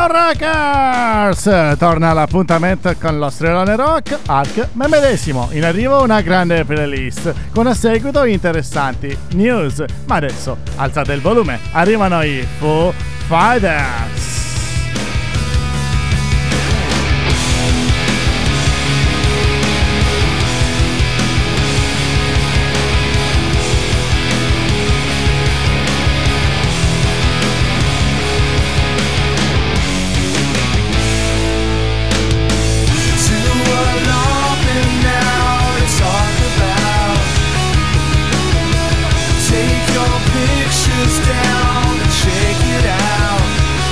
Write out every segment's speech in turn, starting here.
Ciao Rockers! Torna all'appuntamento con lo strillone rock, Ark me medesimo. In arrivo una grande playlist con a seguito interessanti news. Ma adesso alzate il volume, arrivano i Foo Fighters. Down and shake it out.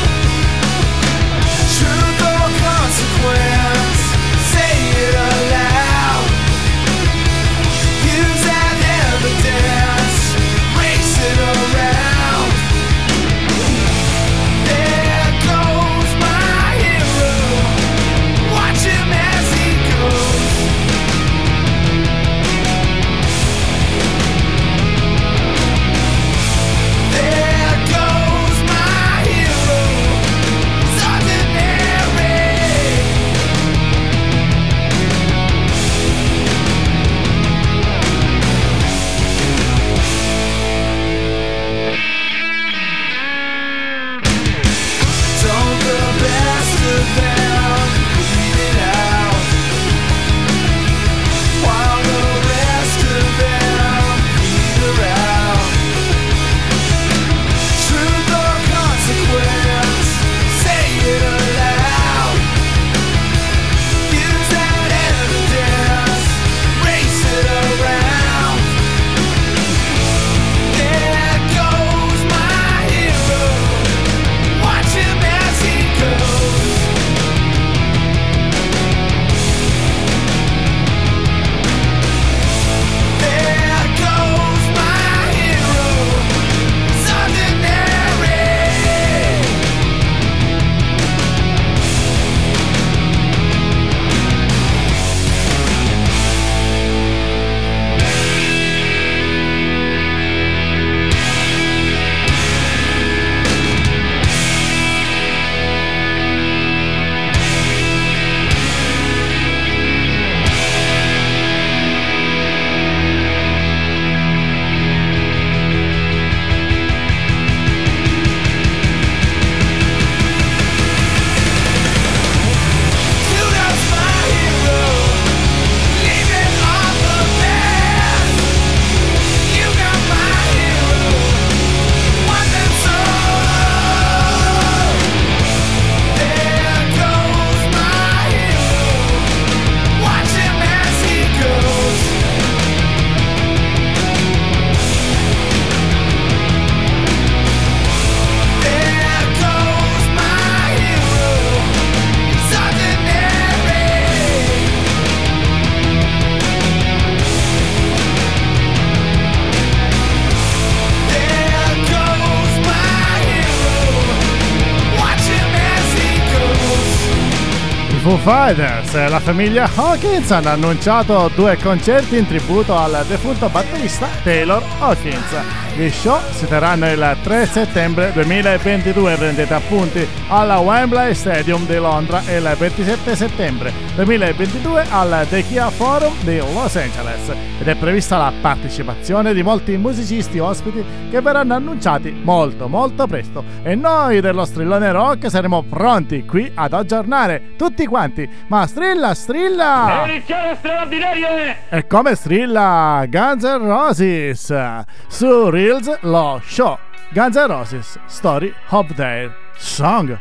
Foo Fighters, la famiglia Hawkins hanno annunciato 2 concerti in tributo al defunto batterista Taylor Hawkins. Gli show si terranno il 3 settembre 2022, prendete appunti, alla Wembley Stadium di Londra e il 27 settembre 2022 al The Kia Forum di Los Angeles, ed è prevista la partecipazione di molti musicisti ospiti che verranno annunciati molto presto, e noi dello Strillone Rock saremo pronti qui ad aggiornare tutti quanti. Ma strilla! Edizione straordinaria! E come strilla Guns N' Roses su Reels lo show Guns N' Roses Story of Their Song.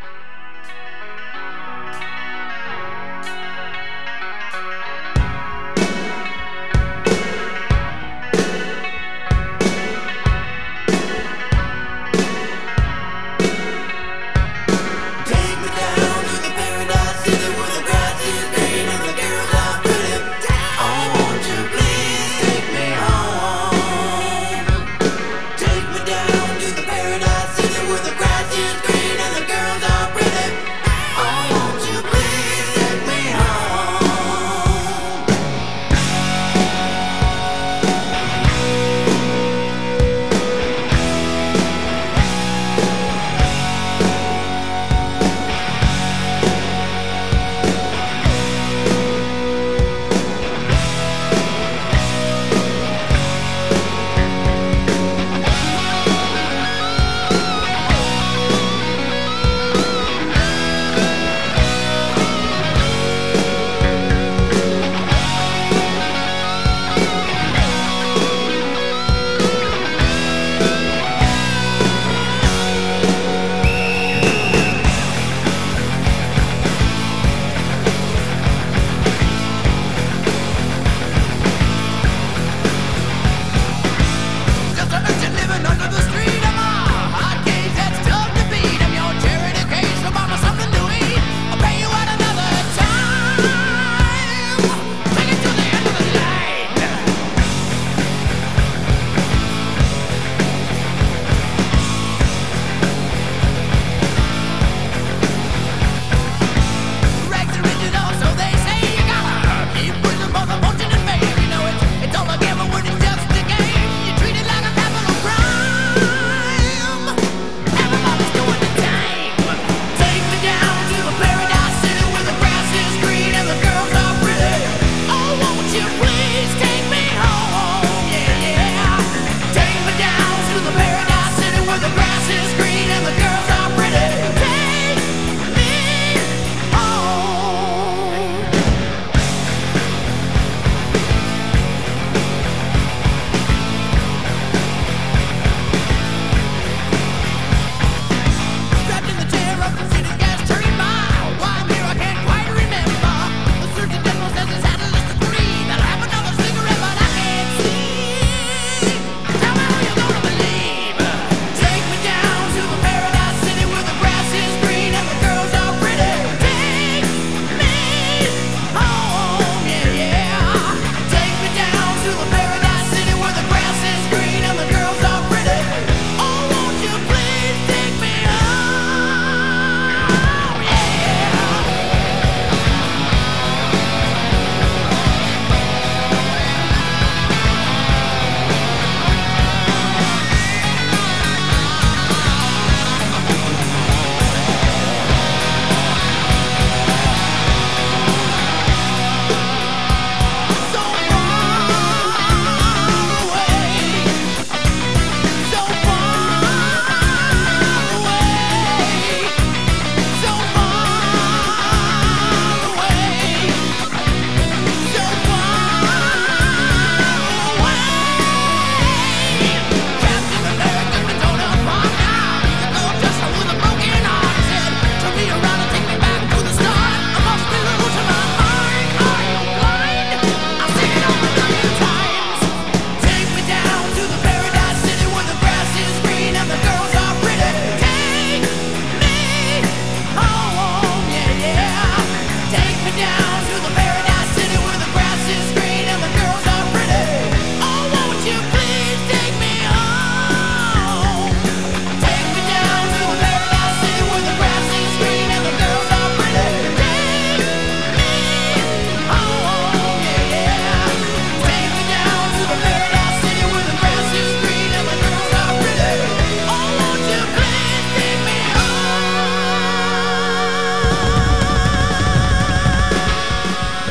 Take me down to the paradise city where the grass is green and the girls are pretty.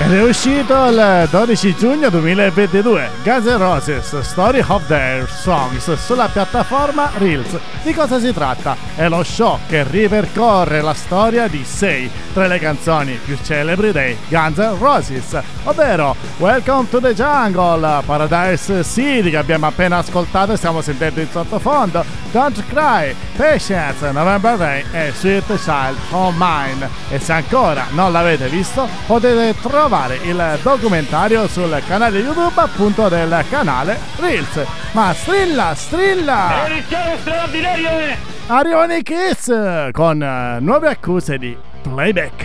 Ed è uscito il 12 giugno 2022 Guns N' Roses Story of Their Songs sulla piattaforma Reels. Di cosa si tratta? È lo show che ripercorre la storia di 6 tra le canzoni più celebri dei Guns N' Roses, ovvero Welcome to the Jungle, Paradise City che abbiamo appena ascoltato e stiamo sentendo in sottofondo, Don't Cry, Patience, November Rain e Sweet Child of Mine. E se ancora non l'avete visto potete trovare il documentario sul canale YouTube appunto del canale Reels. Ma strilla! Edizione straordinaria! Arrivano i Kiss con nuove accuse di playback.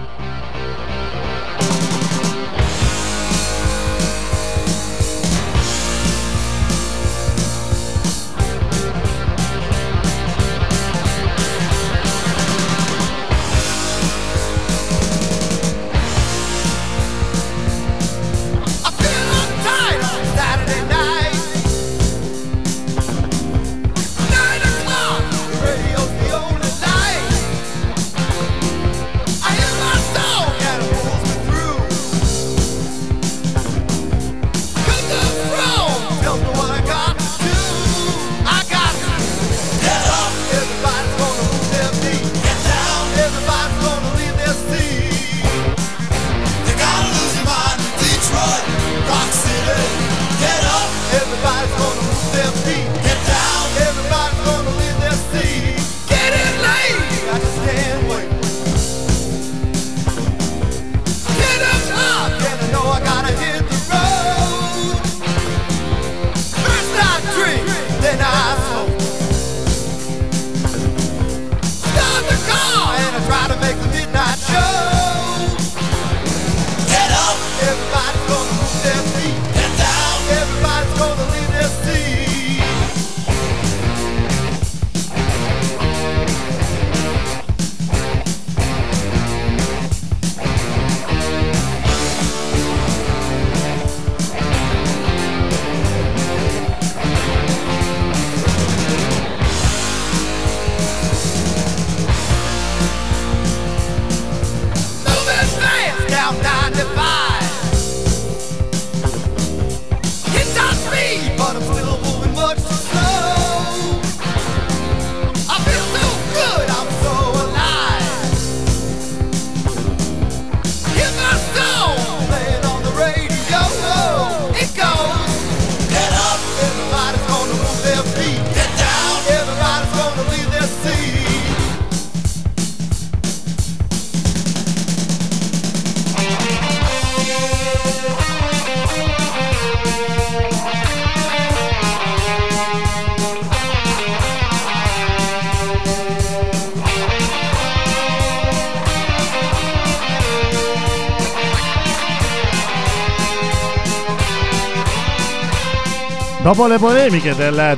Dopo le polemiche del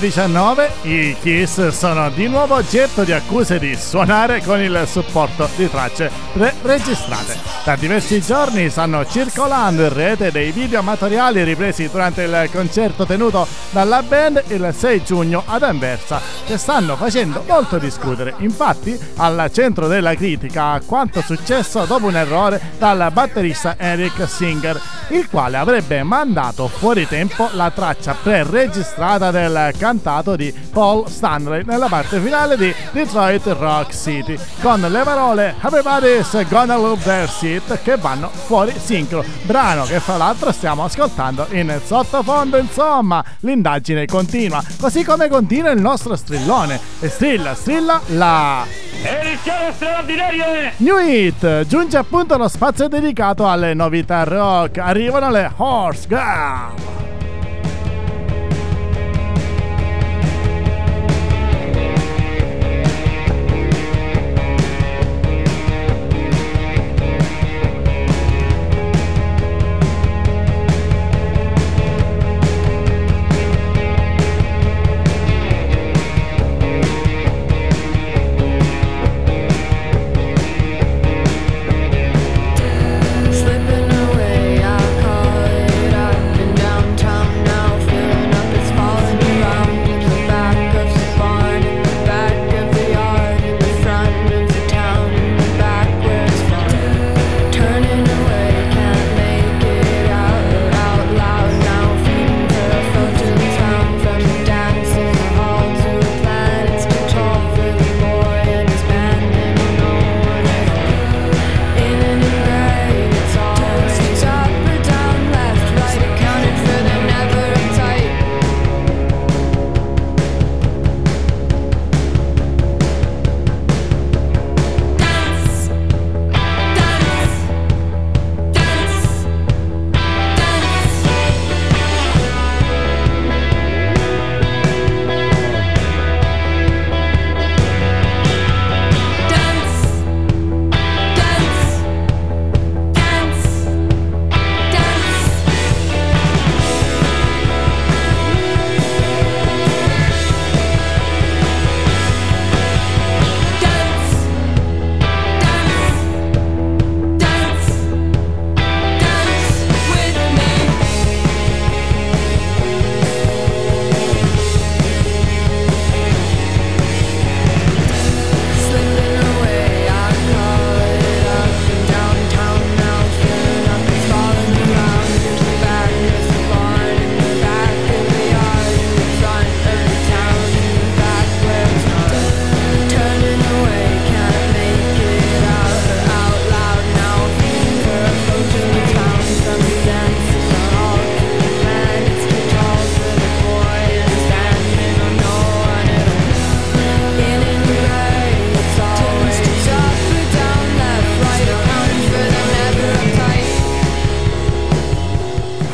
2019, i Kiss sono di nuovo oggetto di accuse di suonare con il supporto di tracce registrate. Da diversi giorni stanno circolando in rete dei video amatoriali ripresi durante il concerto tenuto dalla band il 6 giugno ad Anversa, che stanno facendo molto discutere. Infatti, al centro della critica a quanto successo dopo un errore dal batterista Eric Singer, il quale avrebbe mandato fuori tempo la traccia pre-registrata del cantato di Paul Stanley nella parte finale di Detroit Rock City, con le parole Everybody's Gonna Love Their Seat che vanno fuori sincro, brano che fra l'altro stiamo ascoltando in sottofondo. Insomma, l'indagine continua, così come continua il nostro strillone, e strilla la Edizione straordinaria! New Hit. Giunge appunto lo spazio dedicato alle novità rock. Arrivano le Horse Girl. Slipping away, I call it up and down.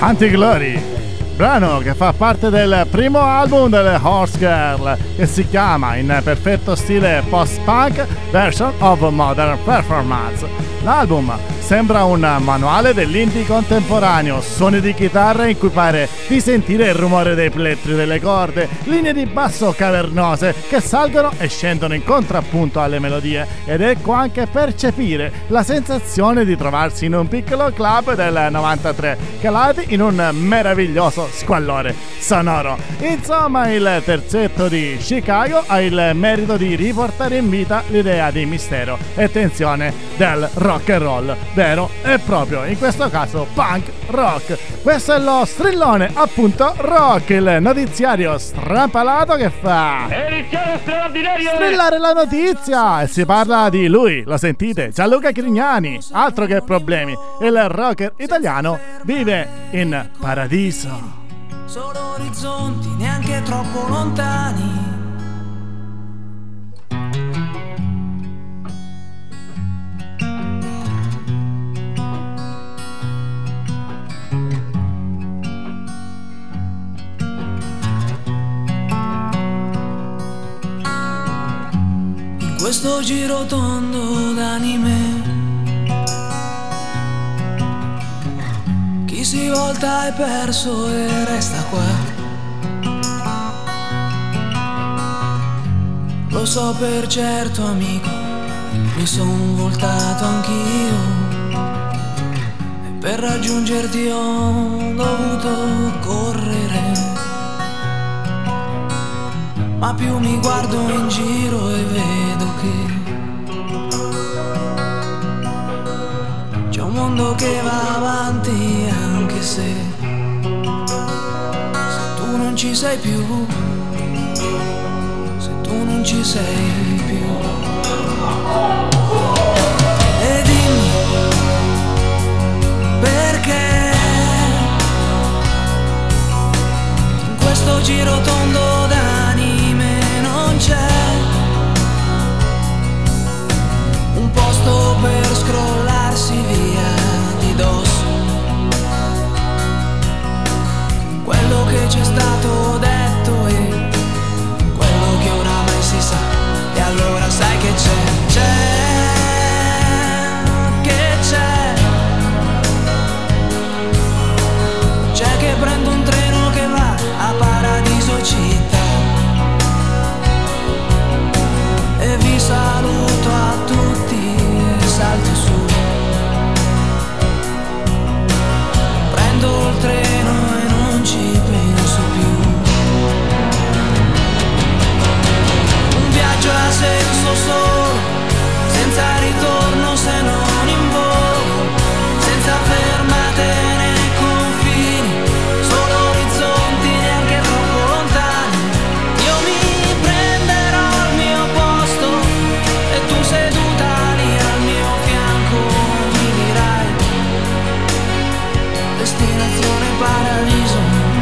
Anti-Glory, brano che fa parte del primo album delle Horse Girl, che si chiama, in perfetto stile post-punk, Version of Modern Performance. L'album sembra un manuale dell'indie contemporaneo, suoni di chitarra in cui pare di sentire il rumore dei plettri delle corde, linee di basso cavernose che salgono e scendono in contrappunto alle melodie, ed ecco anche percepire la sensazione di trovarsi in un piccolo club del 93, calati in un meraviglioso squallore sonoro. Insomma, il terzetto di Chicago ha il merito di riportare in vita l'idea di mistero e tensione del rock and roll, vero e proprio, in questo caso punk rock. Questo è lo strillone appunto rock, il notiziario strampalato che fa Edizione straordinaria! strillare la notizia, e si parla di lui, lo sentite, Gianluca Grignani, altro che problemi, il rocker italiano vive in paradiso. Solo orizzonti neanche troppo lontani. In questo giro tondo d'anime, chi si volta è perso e resta qua. Lo so per certo, amico, mi son voltato anch'io, e per raggiungerti ho dovuto correre. Ma più mi guardo in giro e vedo che c'è un mondo che va avanti, anche se tu non ci sei più, se tu non ci sei più. E dimmi perché in questo giro tondo d'anime non c'è un posto per scrollarsi via di dosso quello che c'è stato detto e quello che oramai si sa. E allora sai che c'è che prendo un treno che va a Paradiso città, e vi saluto a tutti e salto su, prendo il treno e non ci penso più. Un viaggio ha senso solo, senza ritorno se non in volo, senza fermate né confini, solo orizzonti neanche troppo lontani. Io mi prenderò il mio posto e tu seduta lì al mio fianco mi dirai destinazione paradiso.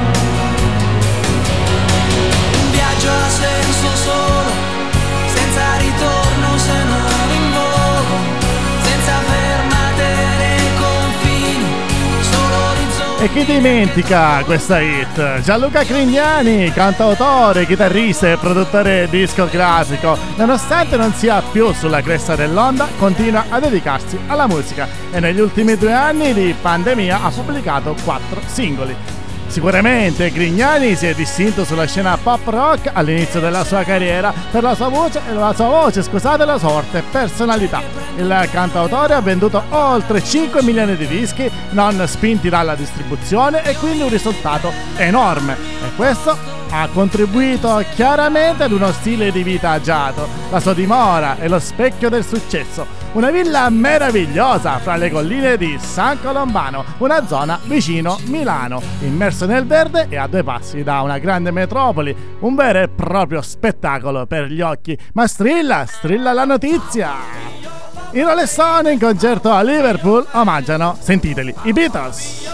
Un viaggio ha senso solo, senza ritorno se non in volo, senza fermate né confini, solo orizzonti. E chi dimentica questa hit? Gianluca Grignani, cantautore, chitarrista e produttore discografico. Nonostante non sia più sulla cresta dell'onda, continua a dedicarsi alla musica e negli ultimi 2 anni di pandemia ha pubblicato 4 singoli. Sicuramente Grignani si è distinto sulla scena pop rock all'inizio della sua carriera per la sua voce e la sua forte personalità. Il cantautore ha venduto oltre 5 milioni di dischi non spinti dalla distribuzione, e quindi un risultato enorme, e questo ha contribuito chiaramente ad uno stile di vita agiato. La sua dimora è lo specchio del successo, una villa meravigliosa fra le colline di San Colombano, una zona vicino Milano, immerso nel verde e a 2 passi da una grande metropoli, un vero e proprio spettacolo per gli occhi. Ma strilla la notizia! I Rolling Stone in concerto a Liverpool omaggiano, sentiteli, i Beatles.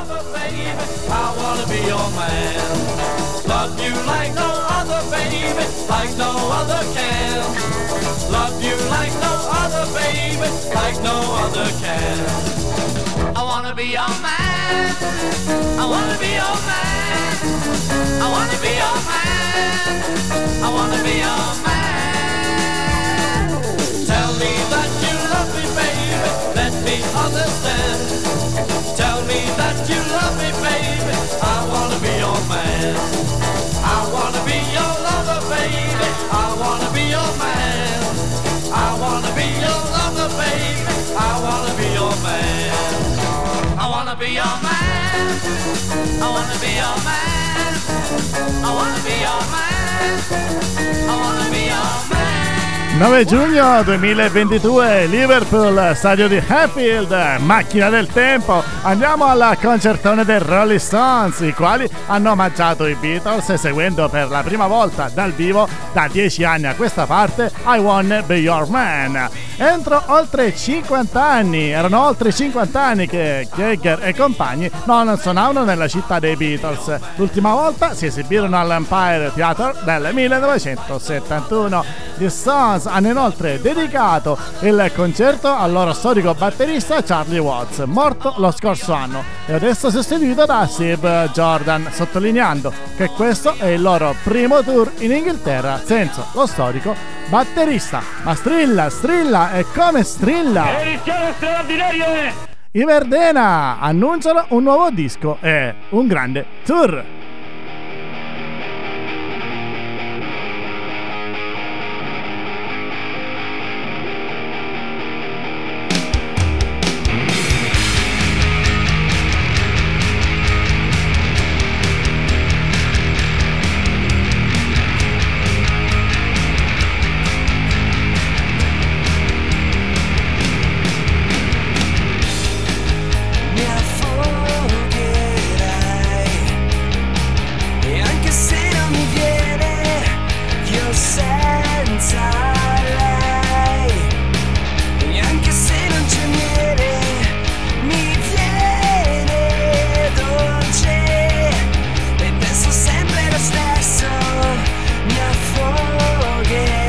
Love you like no other, baby, like no other can. Love you like no other, baby, like no other can. I wanna be your man. man. I wanna be your man. I wanna be your man. I wanna be your man. Tell me that you love me, baby. Let me understand. Tell me that you love me, baby. I wanna be your man. I wanna be your lover, baby. I wanna be your man. I wanna be your lover, baby. I wanna be your man. I wanna be your man. I wanna be your man. I wanna be your man. I wanna be your man. 9 giugno 2022, Liverpool, stadio di Anfield, macchina del tempo. Andiamo al concertone dei Rolling Stones, i quali hanno omaggiato i Beatles seguendo per la prima volta dal vivo da 10 anni a questa parte I Wanna Be Your Man. Entro oltre 50 anni, erano oltre 50 anni che Jagger e compagni non suonavano nella città dei Beatles. L'ultima volta si esibirono all'Empire Theatre del 1971. Gli Stones hanno inoltre dedicato il concerto al loro storico batterista Charlie Watts, morto lo scorso anno e adesso sostituito da Steve Jordan, sottolineando che questo è il loro primo tour in Inghilterra senza lo storico batterista. Ma strilla e come strilla! Edizione straordinaria! I Verdena annunciano un nuovo disco e un grande tour. Mi affogherai e anche se non mi viene io senza lei e anche se non c'è miele mi viene dolce e penso sempre lo stesso. Mi affogherai.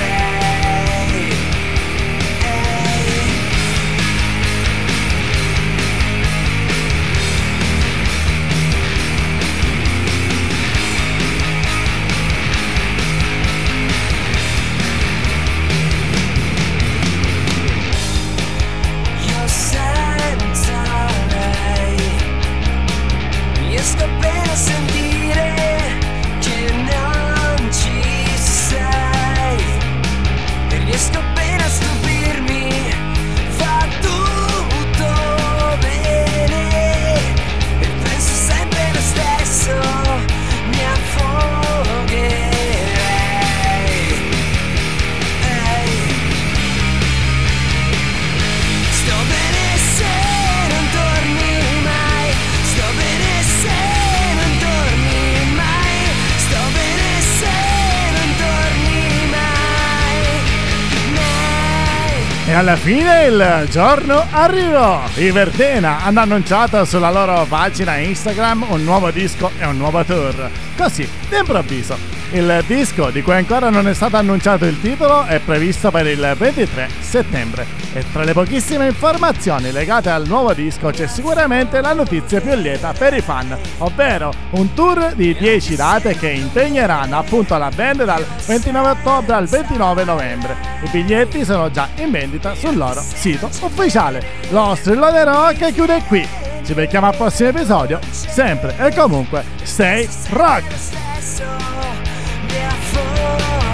Io senza lei riesco appena a sentire che non ci sei e riesco appena a stupirmi, fa tutto bene e penso sempre lo stesso. Mi affogherei. Sto bene se non torni mai. Sto bene se non torni mai. Sto bene se non torni mai. Mai. E alla fine il giorno arrivò. I Verdena hanno annunciato sulla loro pagina Instagram un nuovo disco e un nuovo tour. Così, d'improvviso. Il disco, di cui ancora non è stato annunciato il titolo, è previsto per il 23 settembre. E tra le pochissime informazioni legate al nuovo disco c'è sicuramente la notizia più lieta per i fan, ovvero un tour di 10 date che impegneranno appunto la band dal 29 ottobre al 29 novembre. I biglietti sono già in vendita sul loro sito ufficiale. Lo Strillone Rock chiude qui. Ci becchiamo al prossimo episodio, sempre e comunque stay rock! Mi affogherei.